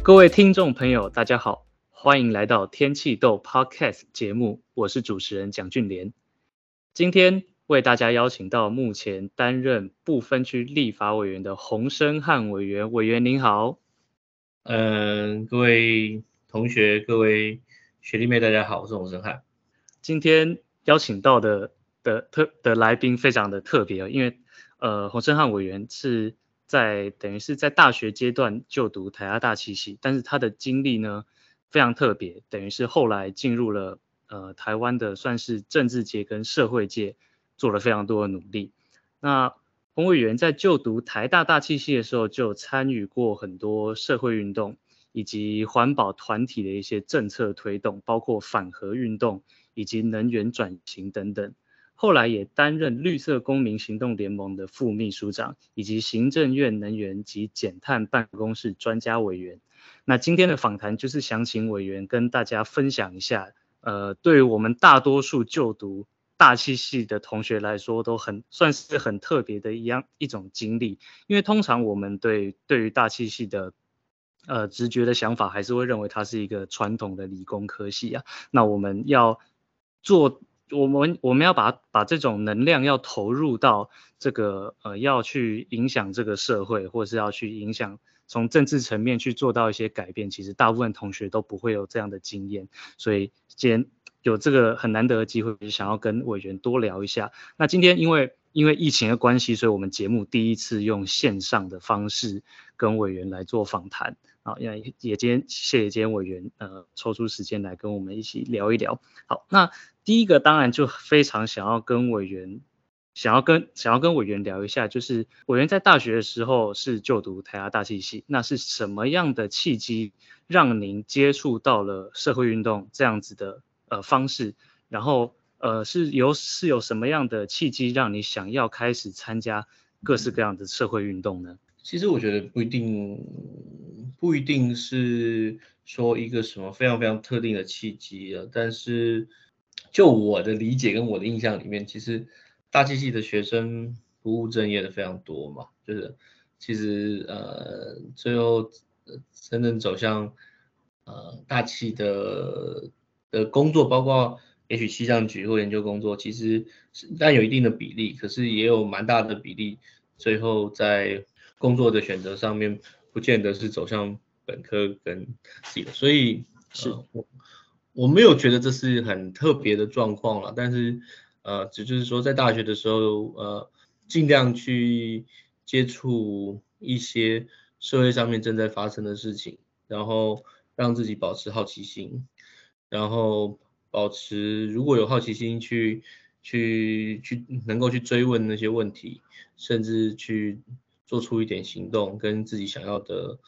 各位听众朋友，大家好，欢迎来到天气豆 Podcast 节目，我是主持人蒋俊廉。今天为大家邀请到目前担任不分区立法委员的洪申翰委员，委员您好。 各位同学、各位学弟妹，大家好，我是洪申翰。 今天邀请到的来宾非常的特别，因为洪申翰委员是等于是在大学阶段就读台大大气系，但是他的经历呢非常特别，等于是后来进入了台湾的算是政治界跟社会界做了非常多的努力。那洪委员在就读台大大气系的时候，就参与过很多社会运动以及环保团体的一些政策推动，包括反核运动以及能源转型等等。后来也担任绿色公民行动联盟的副秘书长，以及行政院能源及减碳办公室专家委员。那今天的访谈就是想请委员跟大家分享一下，对于我们大多数就读大气系的同学来说，都算是很特别的一种经历。因为通常我们对于大气系的直觉的想法，还是会认为它是一个传统的理工科系啊。那我们要把这种能量要投入到这个要去影响这个社会，或是要去影响从政治层面去做到一些改变，其实大部分同学都不会有这样的经验，所以今天有这个很难得的机会，想要跟委员多聊一下。那今天因为疫情的关系，所以我们节目第一次用线上的方式跟委员来做访谈。好，也谢谢今天委员抽出时间来跟我们一起聊一聊。好，那第一个当然就非常想要跟委员聊一下，就是委员在大学的时候是就读台大大气系，那是什么样的契机让您接触到了社会运动这样子的方式？然后是有什么样的契机让你想要开始参加各式各样的社会运动呢？ 其实我觉得不一定是说一个什么非常非常特定的契机啊，但是就我的理解跟我的印象里面，其实大气系的学生不务正业的非常多嘛，就是其实最后真正走向大气的工作，包括也许气象局或研究工作，其实但有一定的比例，可是也有蛮大的比例，最后在工作的选择上面，不见得是走向本科跟自己的，所以我没有觉得这是很特别的状况了，但是只就是说在大学的时候，尽量去接触一些社会上面正在发生的事情，然后让自己保持好奇心，然后保持如果有好奇心去能够去追问那些问题，甚至去做出一点行动跟自己想要的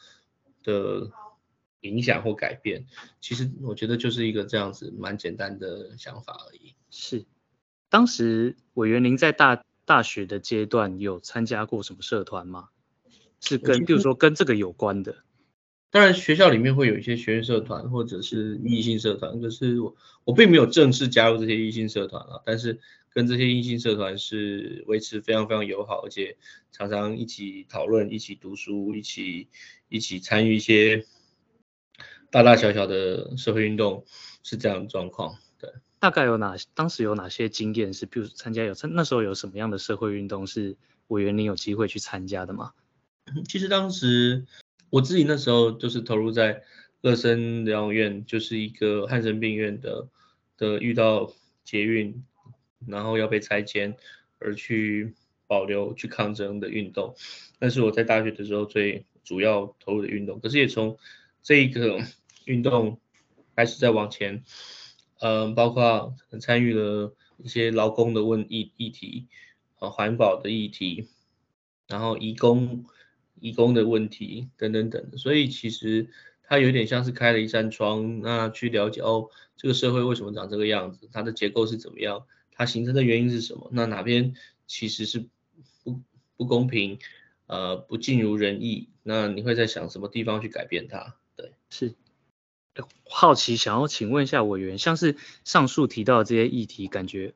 影响或改变，其实我觉得就是一个这样子蛮简单的想法而已。 是，当时委员您在大学的阶段有参加过什么社团吗？是比如说跟这个有关的？ 当然学校里面会有一些学院社团或者是异性社团，可是我并没有正式加入这些异性社团啊，但是跟这些异性社团是维持非常非常友好，而且常常一起讨论、一起读书、一起参与一些大大小小的社会运动，是这样的状况。对， 大概当时有哪些经验是，比如那时候有什么样的社会运动是委员您有机会去参加的吗？ 其实当时我自己那时候就是投入在乐生疗养院，就是一个汉生病院的遇到捷运，然后要被拆迁而去保留去抗争的运动，那是我在大学的时候最主要投入的运动。可是也从这一个运动开始再往前，包括参与了一些劳工的议题，环保的议题，然后移工的问题等等等，所以其实它有点像是开了一扇窗，那去了解这个社会为什么长这个样子，它的结构是怎么样，它形成的原因是什么，那哪边其实是不公平，不尽如人意，那你会在想什么地方去改变它？对， 是。好奇想要请问一下委员，像是上述提到的这些议题，感觉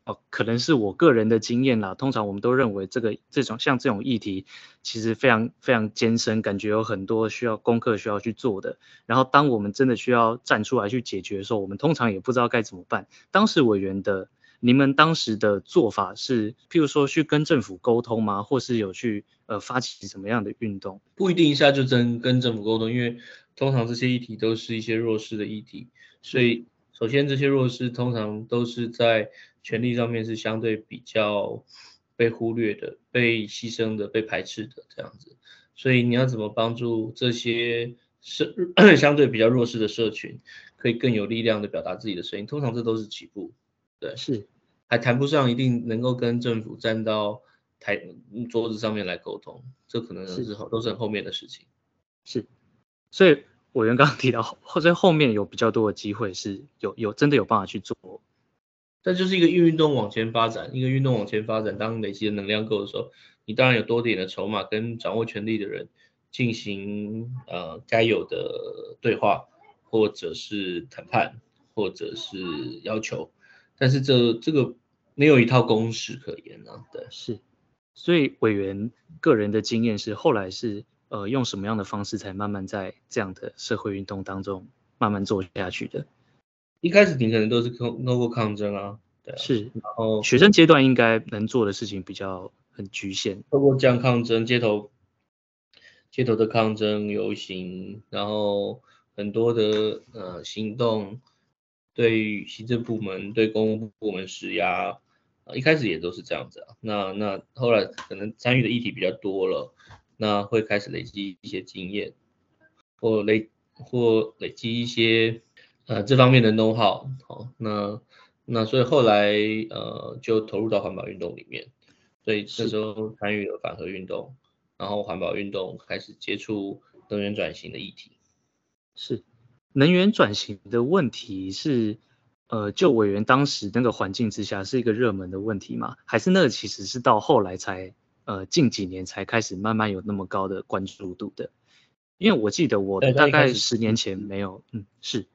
可能是我个人的经验啦。通常我们都认为这种议题其实非常非常艰深，感觉有很多功课需要去做的。然后当我们真的需要站出来去解决的时候，我们通常也不知道该怎么办。当时你们当时的做法是，譬如说去跟政府沟通吗？或是有去发起什么样的运动？ 不一定一下就真跟政府沟通，因为通常这些议题都是一些弱势的议题，所以首先这些弱势通常都是在权利上面是相对比较被忽略的、被牺牲的、被排斥的这样子，所以你要怎么帮助这些相对比较弱势的社群，可以更有力量的表达自己的声音，通常这都是起步，对。 是。 还谈不上一定能够跟政府站到桌子上面来沟通，这可能都是很后面的事情。 是，所以委员刚刚提到，所以后面有比较多的机会是真的有办法去做。 但就是一个运动往前发展，当累积的能量够的时候，你当然有多点的筹码跟掌握权力的人进行该有的对话，或者是谈判，或者是要求，但是这个没有一套公式可言啊，对。 是，所以委员个人的经验是后来是用什么样的方式才慢慢在这样的社会运动当中慢慢做下去的？ 一开始你可能都是通过抗争啊，对啊， 是， 然后学生阶段应该能做的事情很局限。 透过这样抗争，街头的抗争游行，然后很多的行动，对于行政部门、对公务部门施压，一开始也都是这样子啊。那后来可能参与的议题比较多了，那会开始累积一些经验，或累积一些这方面的 know how，好，那所以后来就投入到环保运动里面，所以那时候参与了反核运动。然后环保运动开始接触能源转型的议题。 是，能源转型的问题是，就委员当时那个环境之下是一个热门的问题吗？还是那个其实是到后来近几年才开始慢慢有那么高的关注度的？因为我记得我大概10年前没有，是。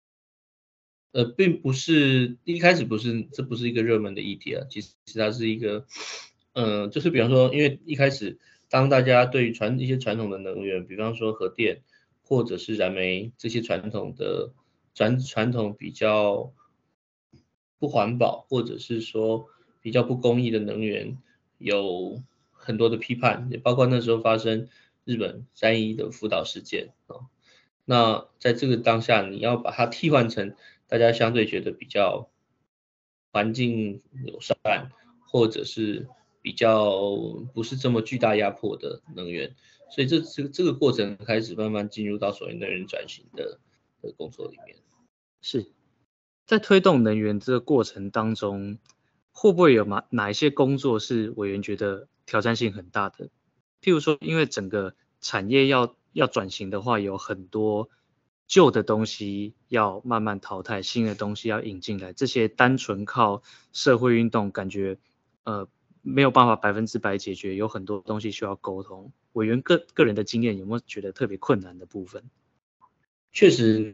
并不是一开始这不是一个热门的议题啊，其实它是一个，就是比方说，因为一开始当大家对于一些传统的能源，比方说核电或者是燃煤这些传统比较不环保，或者是说比较不公义的能源，有很多的批判，也包括那时候发生日本3.11的福岛事件啊。那在这个当下，你要把它替换成大家相对觉得比较环境友善，或者是比较不是这么巨大压迫的能源，所以这个过程开始慢慢进入到所谓能源转型的工作里面。 是在推动能源这个过程当中，会不会有哪一些工作是委员觉得挑战性很大的？譬如说，因为整个产业要转型的话，有很多旧的东西要慢慢淘汰，新的东西要引进来，这些单纯靠社会运动，感觉没有办法100%解决，有很多东西需要沟通。委员个人的经验有没有觉得特别困难的部分？ 确实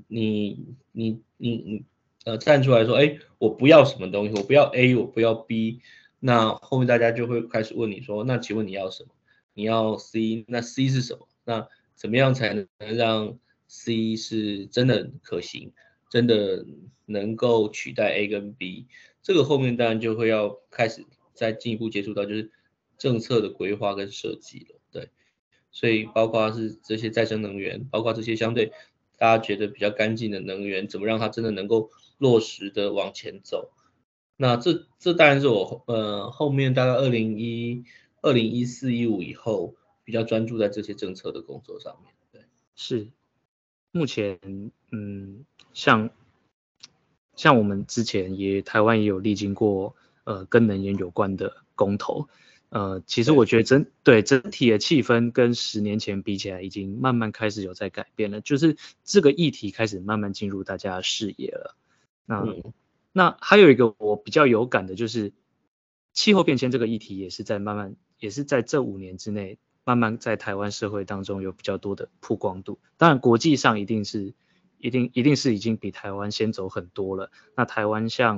站出来说，哎，我不要什么东西，我不要 A，我不要 B，那后面大家就会开始问你说，那请问你要什么？你要 C，那 C 是什么？那怎么样才能让 C 是真的可行，真的能够取代 A 跟 B？这个后面当然就会要开始再进一步接触到就是政策的规划跟设计了，对。所以包括是这些再生能源，包括这些相对大家觉得比较干净的能源，怎么让它真的能够落实的往前走？那这当然是我后面大概2014、15以后比较专注在这些政策的工作上面。对， 是目前像我们之前台湾也有历经过跟能源有关的公投，其实我觉得整体的气氛跟10年前比起来，已经慢慢开始有在改变了，就是这个议题开始慢慢进入大家的视野了。那还有一个我比较有感的就是气候变迁这个议题也是在这5年之内慢慢在台湾社会当中有比较多的曝光度。当然国际上一定是已经比台湾先走很多了。那台湾像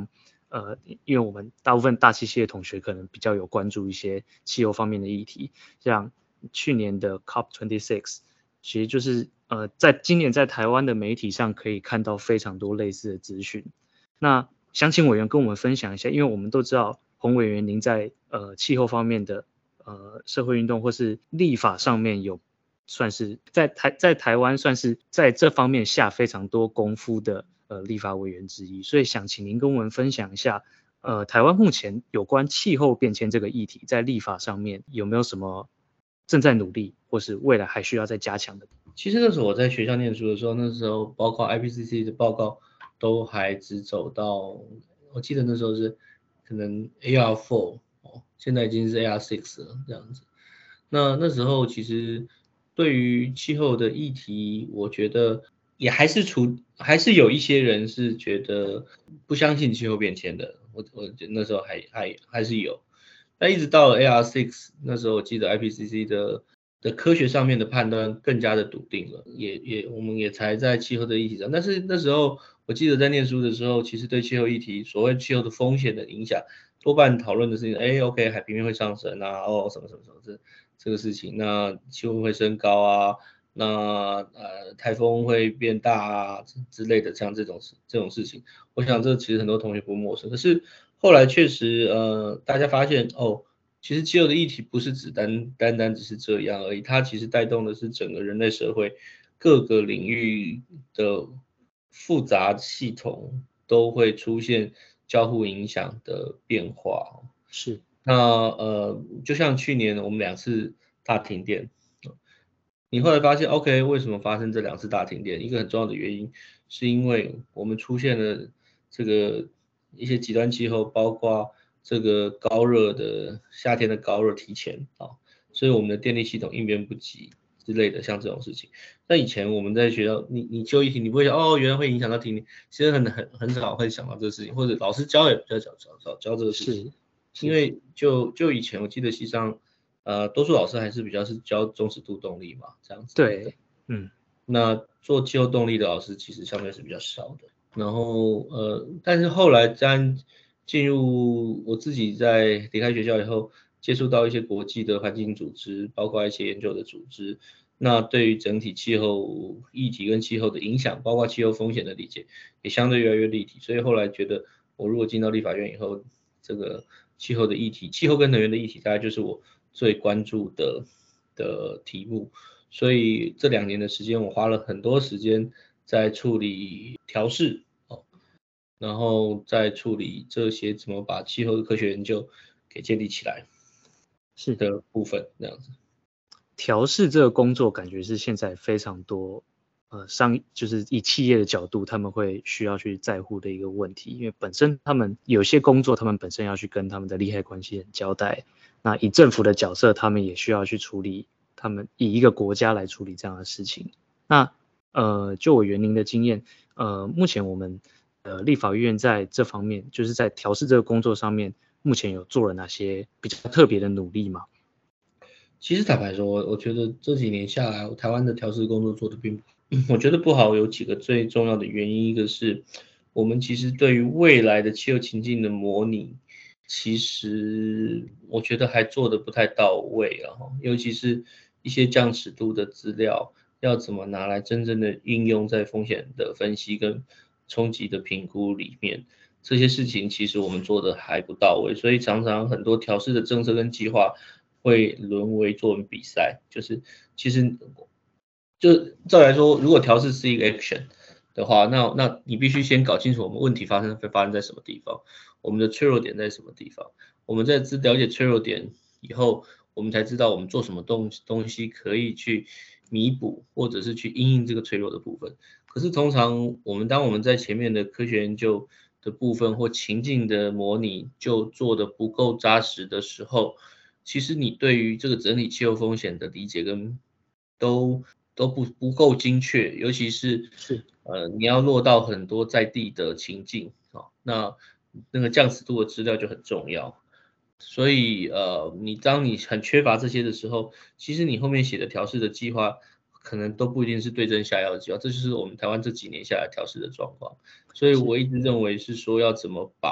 因为我们大部分大气系的同学可能比较有关注一些气候方面的议题，像去年的 COP26，其实就是在今年在台湾的媒体上可以看到非常多类似的资讯。那想请委员跟我们分享一下，因为我们都知道洪委员您在气候方面的社会运动或是立法上面有算是在台湾算是在这方面下非常多功夫的立法委员之一，所以想请您跟我们分享一下台湾目前有关气候变迁这个议题在立法上面有没有什么正在努力或是未来还需要再加强的。 其实那时候我在学校念书的时候，那时候包括 IPCC 的报告都还只走到，我记得那时候是可能 AR4 现在已经是 AR6 了这样子。那时候其实对于气候的议题，我觉得也还是有一些人是觉得不相信气候变迁的，我觉得那时候还是有。但一直到了 AR6，那时候我记得 IPCC 的科学上面的判断更加的笃定了，我们也才在气候的议题上。但是那时候我记得在念书的时候，其实对气候议题，所谓气候的风险的影响，多半讨论的是，OK， 海平面会上升啊，什么这个事情，那气温会升高啊，那台风会变大啊之类的，像这种事情，我想这其实很多同学不陌生。可是后来确实大家发现其实气候的议题不是只单单只是这样而已，它其实带动的是整个人类社会各个领域的复杂系统都会出现交互影响的变化。 是。 那就像去年我们2次大停电，你后来发现 OK， 为什么发生这2次大停电？一个很重要的原因是因为我们出现了这个一些极端气候，包括这个高热的夏天的高热提前所以我们的电力系统应变不及之类的，像这种事情。那以前我们在学校，你就一题，你不会想原来会影响到停电，其实很少会想到这个事情，或者老师教也比较少教这个事情。因为就以前我记得系上多数老师还是比较是教中尺度动力嘛，这样子。 对， 那做气候动力的老师其实相对是比较少的。然后但是后来进入我自己在离开学校以后，接触到一些国际的环境组织，包括一些研究的组织，那对于整体气候议题跟气候的影响，包括气候风险的理解，也相对越来越立体。所以后来觉得，我如果进到立法院以后，这个气候的议题，气候跟能源的议题，大概就是我最关注的题目。所以这2年的时间，我花了很多时间在处理调试然后再处理这些怎么把气候的科学研究给建立起来是的部分，这样子。 调试这个工作感觉是现在非常多就是以企业的角度，他们会需要去在乎的一个问题，因为本身他们有些工作，他们本身要去跟他们的利害关系人交代，那以政府的角色，他们也需要去处理，他们以一个国家来处理这样的事情。那就我园林的经验，目前我们立法院在这方面，就是在调试这个工作上面，目前有做了哪些比较特别的努力吗？ 其实坦白说，我觉得这几年下来，台湾的调试工作做的我觉得不好，有几个最重要的原因。一个是我们其实对于未来的气候情境的模拟，其实我觉得还做的不太到位尤其是一些降尺度的资料，要怎么拿来真正的应用在风险的分析跟冲击的评估里面，这些事情其实我们做的还不到位，所以常常很多调试的政策跟计划会沦为作文比赛，就是其实就照来说，如果调试是一个 action 的话，那你必须先搞清楚我们问题会发生在什么地方，我们的脆弱点在什么地方，我们在了解脆弱点以后，我们才知道我们做什么东西可以去弥补，或者是去因应这个脆弱的部分。可是通常当我们在前面的科学研究的部分或情境的模拟就做的不够扎实的时候，其实你对于这个整体气候风险的理解都不够精确，尤其是你要落到很多在地的情境那个降尺度的资料就很重要。所以当你很缺乏这些的时候，其实你后面写的调试的计划可能都不一定是对症下药的计划，这就是我们台湾这几年下来调试的状况。所以我一直认为是说要怎么把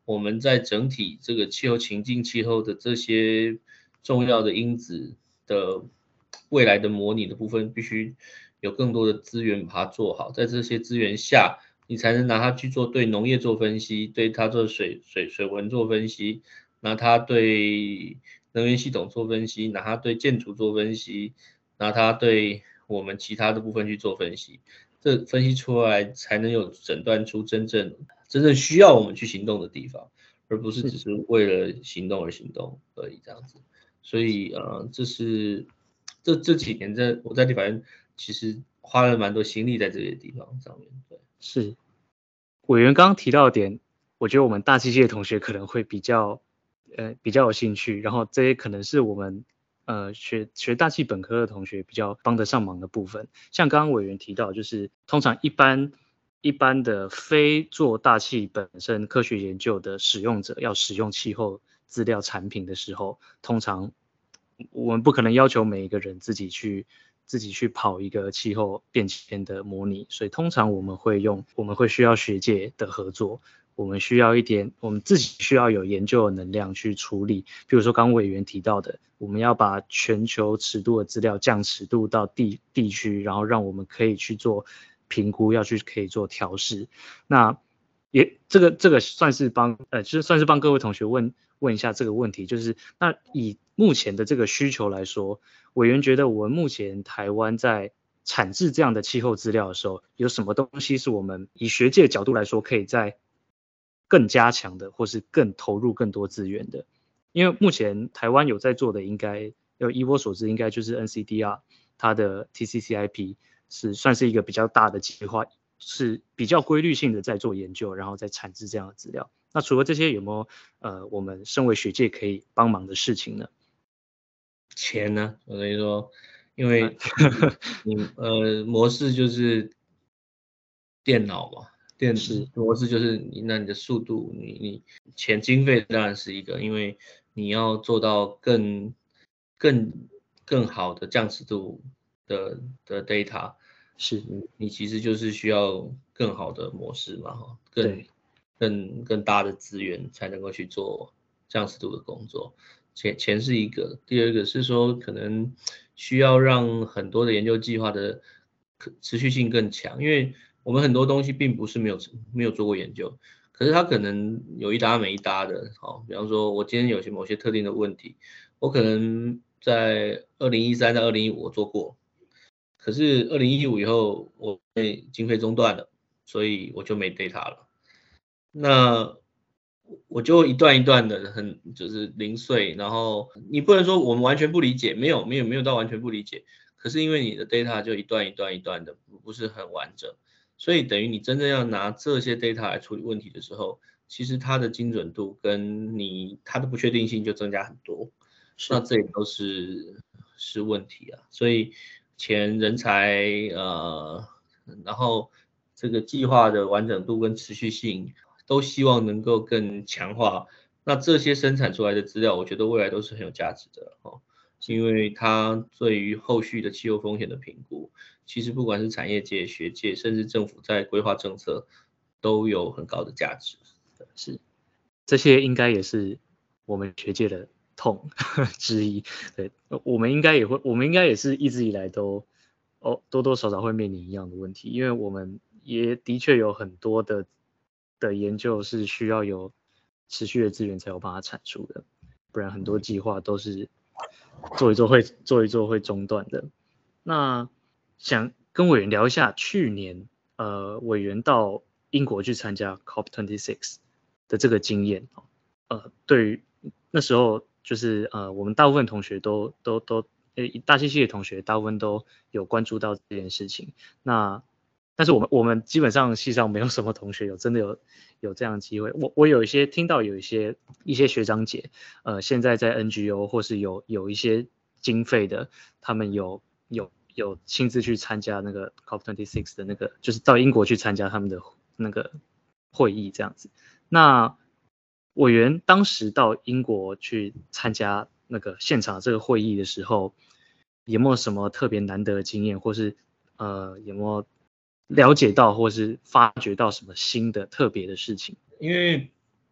我们在整体这个气候情境气候的这些重要的因子的未来的模拟的部分，必须有更多的资源把它做好，在这些资源下，你才能拿它去做对农业做分析，对它做水文做分析，拿它对能源系统做分析，拿它对建筑做分析，拿它对我们其他的部分去做分析，这分析出来才能有诊断出真正需要我们去行动的地方，而不是只是为了行动而行动而已这样子。所以这是这几年我在立法院其实花了蛮多心力在这些地方上面。对， 是委员刚刚提到的点，我觉得我们大气系的同学可能会比较有兴趣，然后这些可能是我们学大气本科的同学比较帮得上忙的部分。像刚刚委员提到，就是通常一般的非做大气本身科学研究的使用者要使用气候资料产品的时候，通常我们不可能要求每一个人自己去跑一个气候变迁的模拟，所以通常我们会需要学界的合作，我们自己需要有研究的能量去处理。比如说刚委员提到的，我们要把全球尺度的资料降尺度到地区，然后让我们可以去做评估，可以做调试。那这个算是帮各位同学问一下这个问题，就是那以目前的这个需求来说，委员觉得我们目前台湾在产制这样的气候资料的时候，有什么东西是我们以学界的角度来说可以在更加强的，或是更投入更多资源的？因为目前台湾有在做的，依我所知，应该就是 NCDR 它的 TCCIP 算是一个比较大的计划，是比较规律性的在做研究，然后再产制这样的资料。那除了这些，有没有我们身为学界可以帮忙的事情呢？ 钱呢？我跟你说，因为模式就是电脑嘛，模式就是你的速度，你经费当然是一个，因为你要做到更好的降尺度的data， 是你其实就是需要更好的模式嘛，哈，更大的资源才能够去做降尺度的工作。钱是一个，第二个是说可能需要让很多的研究计划的持续性更强，因为我们很多东西并不是没有做过研究，可是它可能有一搭没一搭的，好，比方说我今天有某些特定的问题，我可能在2013到2015我做过，可是2015以后我被经费中断了，所以我就没 data 了。那我就一段一段的就是零碎，然后你不能说我们完全不理解，没有到完全不理解，可是因为你的 data 就一段一段的，不是很完整，所以等于你真正要拿这些 data 来处理问题的时候，其实它的精准度跟它的不确定性就增加很多，那这也都是问题啊，所以钱、人才然后这个计划的完整度跟持续性都希望能够更强化。那这些生产出来的资料，我觉得未来都是很有价值的哦，因为它对于后续的气候风险的评估，其实不管是产业界、学界，甚至政府在规划政策，都有很高的价值。 是，这些应该也是我们学界的痛之一。对，我们应该也是一直以来都多多少少会面临一样的问题，因为我们也的确有很多的研究是需要有持续的资源才有办法产出的，不然很多计划都是做一做会中断的。那想跟委员聊一下去年委员到英国去参加 COP26 的这个经验。对于那时候就是我们大部分同学大气系的同学大部分都有关注到这件事情。但是我们基本上系上没有什么同学真的有这样的机会。我听到有一些学长姐现在在 NGO 或是有一些经费的，他们有亲自去参加那个 COP26 的那个，就是到英国去参加他们的那个会议这样子。那委员当时到英国去参加那个现场这个会议的时候，有没有什么特别难得的经验，或是有没有了解到或是发掘到什么新的特别的事情？ 因为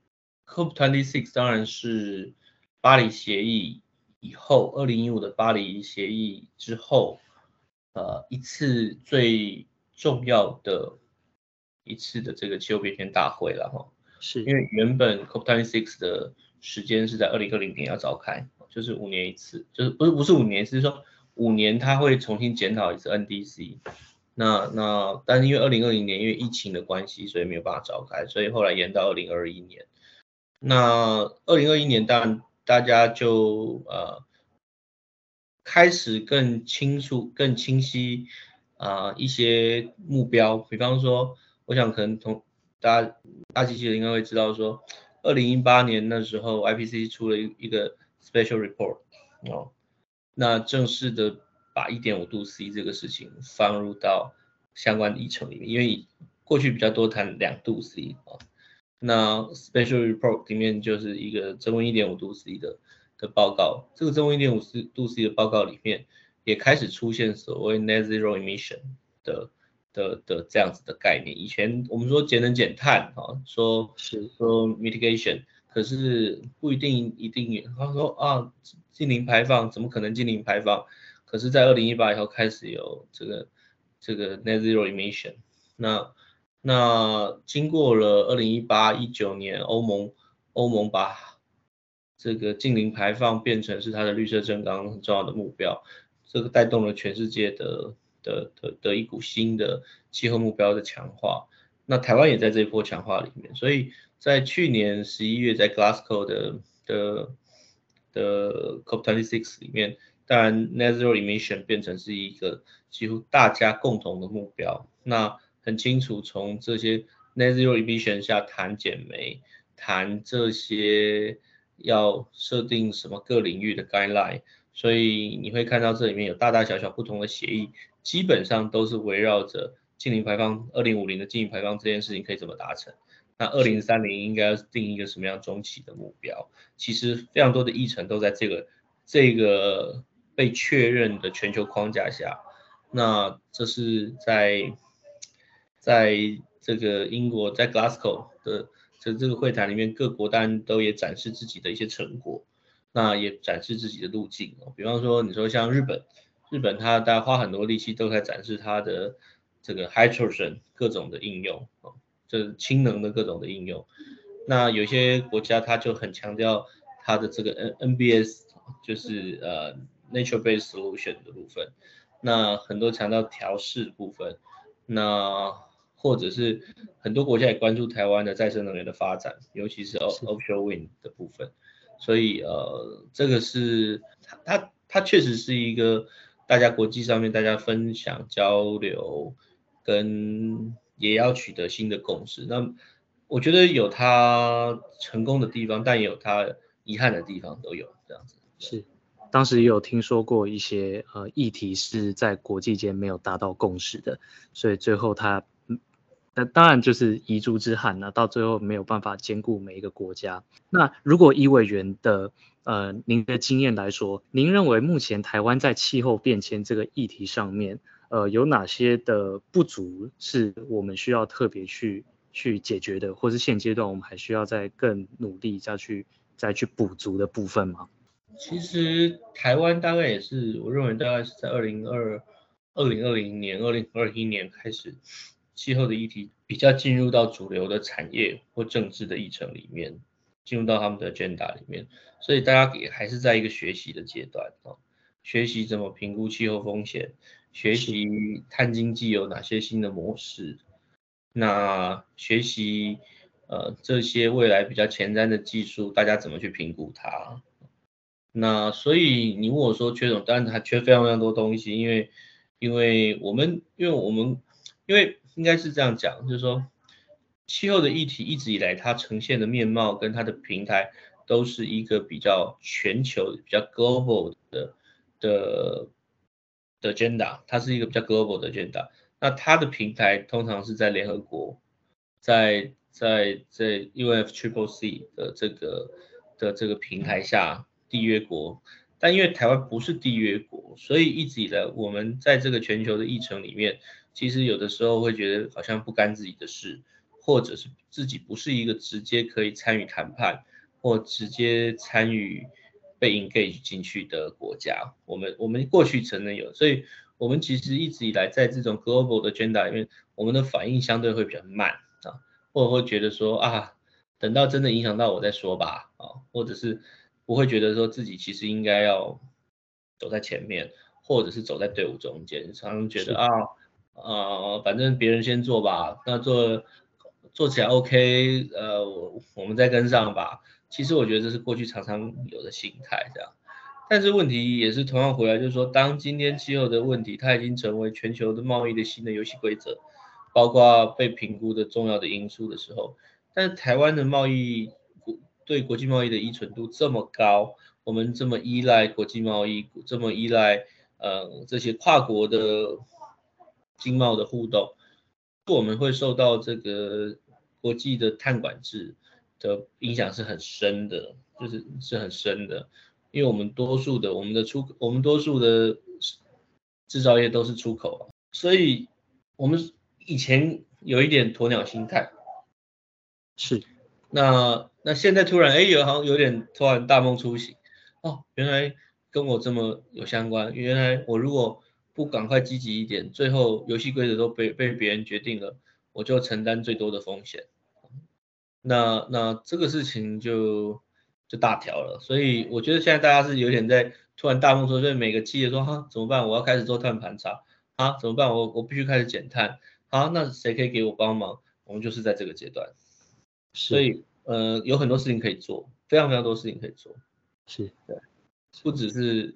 COP26 当然是巴黎协议以后，2015的巴黎协议之后，一次最重要的一次的这个气候变迁大会了哈。 是， 因为原本 COP26 的时间是在2020年要召开，就是5年一次，就是不是5年一次，是说5年它会重新检讨一次 NDC。但是因为2020年因为疫情的关系，所以没有办法召开，所以后来延到2021年。那2021年当然大家就开始更清楚、更清晰一些目标，比方说，我想可能大机器人应该会知道说，2018年那时候 IPCC 出了一个 special report 哦，那正式的把1.5°C 这个事情放入到相关议程里面，因为过去比较多谈2°C 啊，那 special report 里面就是一个增温1.5°C 的报告，这个增温1.5°C 的报告里面也开始出现所谓 net zero emission 的这样子的概念。以前我们说节能减碳啊，说 mitigation， 可是不一定。他说净零排放怎么可能净零排放？可是，在2018以后开始有这个 net zero emission。那经过了2018、19年，欧盟把这个净零排放变成是它的绿色正纲很重要的目标，这个带动了全世界的一股新的气候目标的强化。那台湾也在这一波强化里面，所以在去年11月在 Glasgow 的 COP26 里面，当然 net zero emission 变成是一个几乎大家共同的目标。那很清楚，从这些 net zero emission 下谈减煤，谈这些要设定什么各领域的 guideline， 所以你会看到这里面有大大小小不同的协议，基本上都是围绕着净零排放2050的净零排放这件事情可以怎么达成。那2030应该要定一个什么样中期的目标？其实非常多的议程都在这个被确认的全球框架下。那这是在这个英国在 Glasgow 的这个会谈里面，各国当然都也展示自己的一些成果，那也展示自己的路径。比方说你说像日本它大家花很多力气都在展示它的这个 hydrogen 各种的应用，就是氢能的各种的应用。那有些国家它就很强调它的这个 NBS， 就是nature-based solution 的部分。那很多强调调试的部分，那或者是很多国家也关注台湾的再生能源的发展，尤其是 offshore wind 的部分。所以这个是它确实是一个大家国际上面大家分享交流，跟也要取得新的共识。那我觉得有它成功的地方，但也有它遗憾的地方，都有这样子。 是，当时也有听说过一些议题是在国际间没有达到共识的，所以最后那当然就是遗珠之憾了，到最后没有办法兼顾每一个国家。那如果以委员的您的经验来说，您认为目前台湾在气候变迁这个议题上面，有哪些的不足是我们需要特别去解决的，或是现阶段我们还需要再更努力再去补足的部分吗？ 其实台湾大概也是，我认为大概是在2020年、2021年开始，气候的议题比较进入到主流的产业或政治的议程里面，进入到他们的 agenda 里面，所以大家也还是在一个学习的阶段学习怎么评估气候风险，学习碳经济有哪些新的模式，那学习这些未来比较前瞻的技术，大家怎么去评估它。那所以你问我说缺什么，当然还缺非常非常多东西，因为应该是这样讲，就是说气候的议题一直以来它呈现的面貌跟它的平台都是一个比较全球、比较 global 的 agenda， 它是一个比较 global 的 agenda。那它的平台通常是在联合国，在 UNFCCC 的这个平台下缔约国，但因为台湾不是缔约国，所以一直以来我们在这个全球的议程里面，其实有的时候会觉得好像不干自己的事， 或者是自己不是一个直接可以参与谈判或直接参与被 engage 进去的国家。我们过去承认有，所以我们其实一直以来在这种 global 的 agenda 里面，我们的反应相对会比较慢啊，或者会觉得说啊，等到真的影响到我再说吧啊，或者是不会觉得说自己其实应该要走在前面，或者是走在队伍中间，常常觉得反正别人先做吧，那做起来 OK，我们再跟上吧。其实我觉得这是过去常常有的心态这样，但是问题也是同样回来，就是说，当今天气候的问题它已经成为全球的贸易的新的游戏规则，包括被评估的重要的因素的时候，但是台湾的贸易对国际贸易的依存度这么高，我们这么依赖国际贸易，这么依赖这些跨国的经贸的互动，我们会受到这个国际的碳管制的影响是很深的，是很深的，因为我们多数的制造业都是出口啊，所以我们以前有一点鸵鸟心态， 是， 那现在突然好像有点突然大梦初醒，哦，原来跟我这么有相关，原来我如果不赶快积极一点，最后游戏规则都被别人决定了，我就承担最多的风险。那这个事情就大条了，所以我觉得现在大家是有点在突然大梦初醒，所以每个企业说哈怎么办？我要开始做碳盘查啊，怎么办？我必须开始减碳啊，那谁可以给我帮忙？我们就是在这个阶段。所是， 以有很多事情可以做，非常非常多事情可以做， 是， 对，不只是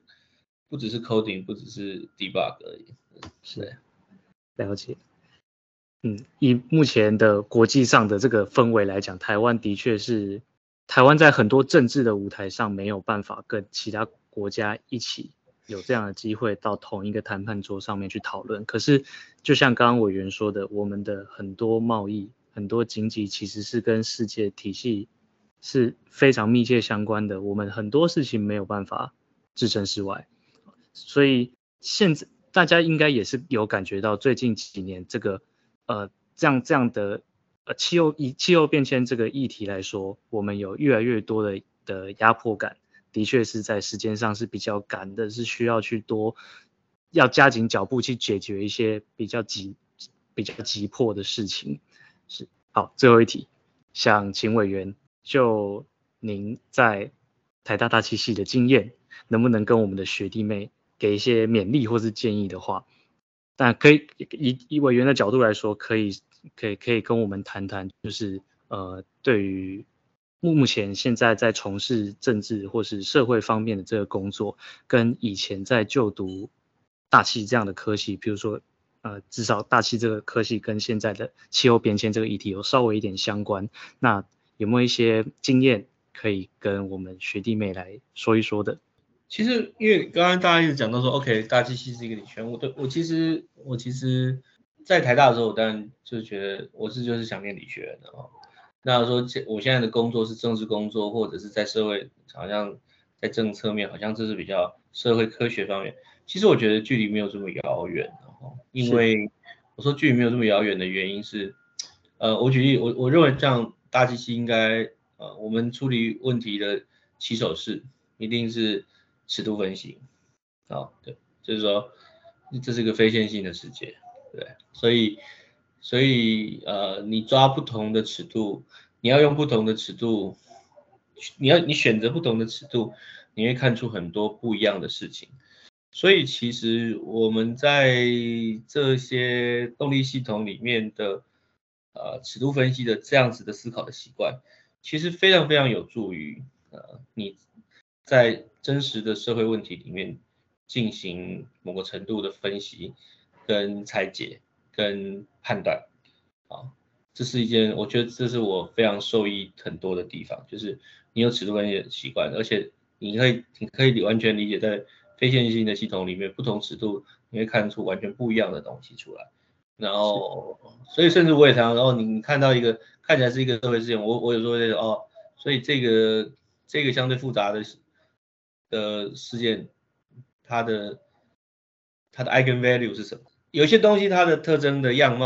coding，不只是 debug 而已， 是， 对， 了解。以目前的国际上的这个氛围来讲，台湾的确是台湾在很多政治的舞台上没有办法跟其他国家一起有这样的机会到同一个谈判桌上面去讨论。可是，就像刚刚委员说的，我们的很多贸易、很多经济其实是跟世界体系是非常密切相关的，我们很多事情没有办法置身事外。所以现在大家应该也是有感觉到最近几年这个这样的以气候变迁这个议题来说，我们有越来越多的压迫感，的确是在时间上是比较赶的，是需要要加紧脚步去解决一些比较急迫的事情。是，好，最后一题，想请委员就您在台大大气系的经验，能不能跟我们的学弟妹给一些勉励或是建议的话？但可以以委员的角度来说，可以跟我们谈谈，就是对于目前现在在从事政治或是社会方面的这个工作，跟以前在就读大气这样的科系，比如说至少大气这个科系跟现在的气候变迁这个议题有稍微一点相关，那有没有一些经验可以跟我们学弟妹来说一说的？ 其实因为刚刚大家一直讲到说，OK，大气系是一个理学院，我其实在台大的时候，我当然就觉得就是想念理学院的哦。那说我现在的工作是政治工作，或者是在社会，好像在政策面，好像这是比较社会科学方面。其实我觉得距离没有这么遥远哦，因为我说距离没有这么遥远的原因是，我举例，我认为这样大机器应该，我们处理问题的起手式一定是尺度分析，对，就是说这是个非线性的世界，对，所以你抓不同的尺度，你要用不同的尺度，你选择不同的尺度，你会看出很多不一样的事情。所以其实我们在这些动力系统里面的尺度分析的这样子的思考的习惯，其实非常非常有助于你在真实的社会问题里面进行某个程度的分析、跟拆解、跟判断。这是一件我觉得这是我非常受益很多的地方，就是你有尺度分析的习惯，而且你可以完全理解在非线性的系统里面不同尺度你会看出完全不一样的东西出来。然后，所以甚至我也常常，然后你看到一个看起来是一个社会事件，我有时候会说所以这个相对复杂的事件，它的 eigenvalue 是什么？有些东西它的特征的样貌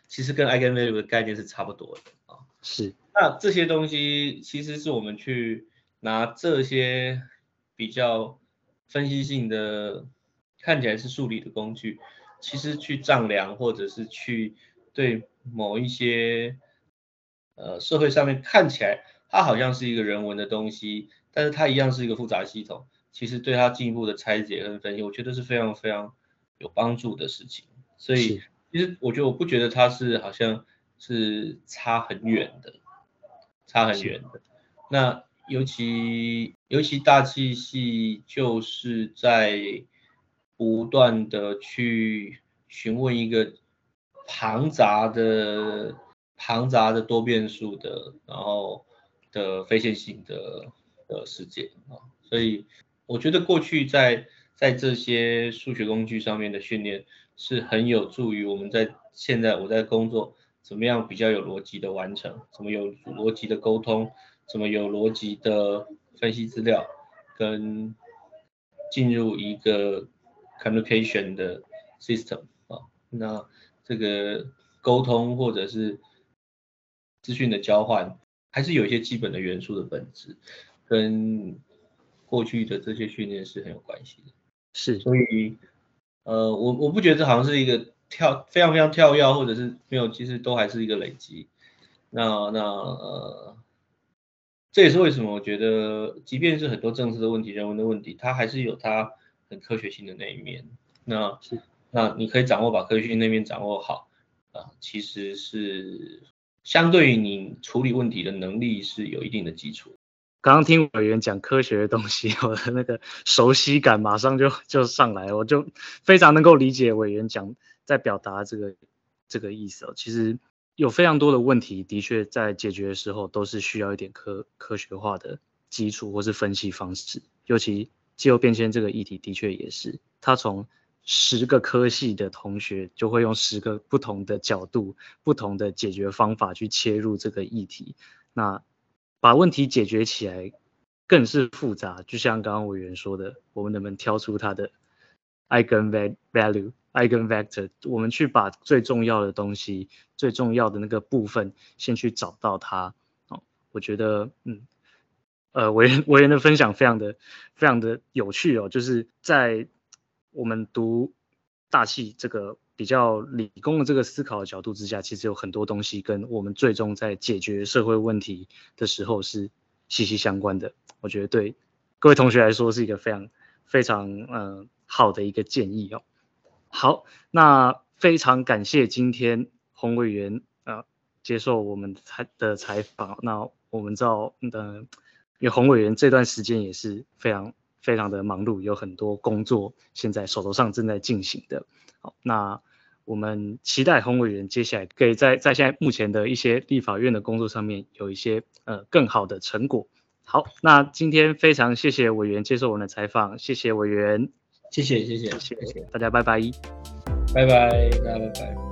其实跟 eigenvalue 的概念是差不多的啊。 是。 那这些东西其实是我们去拿这些比较分析性的，看起来是数理的工具，其实去丈量或者是去对某一些社会上面看起来它好像是一个人文的东西，但是它一样是一个复杂系统，其实对它进一步的拆解跟分析，我觉得是非常非常有帮助的事情。所以其实我不觉得它是好像是差很远的。那尤其大气系就是在不断的去询问一个庞杂的多变数的，然后的非线性的世界啊，所以我觉得过去在这些数学工具上面的训练是很有助于我们现在我在工作怎么样比较有逻辑的完成，怎么有逻辑的沟通，怎么有逻辑的分析资料，跟进入一个 communication 的 system 啊，那这个沟通或者是资讯的交换，还是有一些基本的元素的本质，跟过去的这些训练是很有关系的。 是， 所以我不觉得这好像是一个非常非常跳跃，或者是没有，其实都还是一个累积。这也是为什么我觉得，即便是很多政治的问题、人文的问题，它还是有它很科学性的那一面。那你可以把科学性那面掌握好其实是相对于你处理问题的能力是有一定的基础。 刚刚听委员讲科学的东西，我的那个熟悉感马上就上来，我就非常能够理解委员在表达这个意思其实有非常多的问题，的确在解决的时候都是需要一点科学化的基础或是分析方式，尤其气候变迁这个议题的确也是，他从10个科系的同学就会用10个不同的角度、不同的解决方法去切入这个议题，那把问题解决起来更是复杂，就像刚刚委员说的，我们能不能挑出它的 eigenvector， 我们去把最重要的东西、最重要的那个部分先去找到它。我觉得委员的分享非常的有趣就是在我们读大气这个比较理工的这个思考的角度之下，其实有很多东西跟我们最终在解决社会问题的时候是息息相关的。我觉得对各位同学来说是一个非常好的一个建议好，那非常感谢今天洪委员接受我们的采访。那我们知道因为洪委员这段时间也是非常的忙碌，有很多工作现在手头上正在进行的。好，那我们期待洪委员接下来可以在现在目前的一些立法院的工作上面有一些更好的成果。好，那今天非常谢谢委员接受我们的采访，谢谢委员， 谢谢， 大家拜拜， 拜拜，大家拜拜。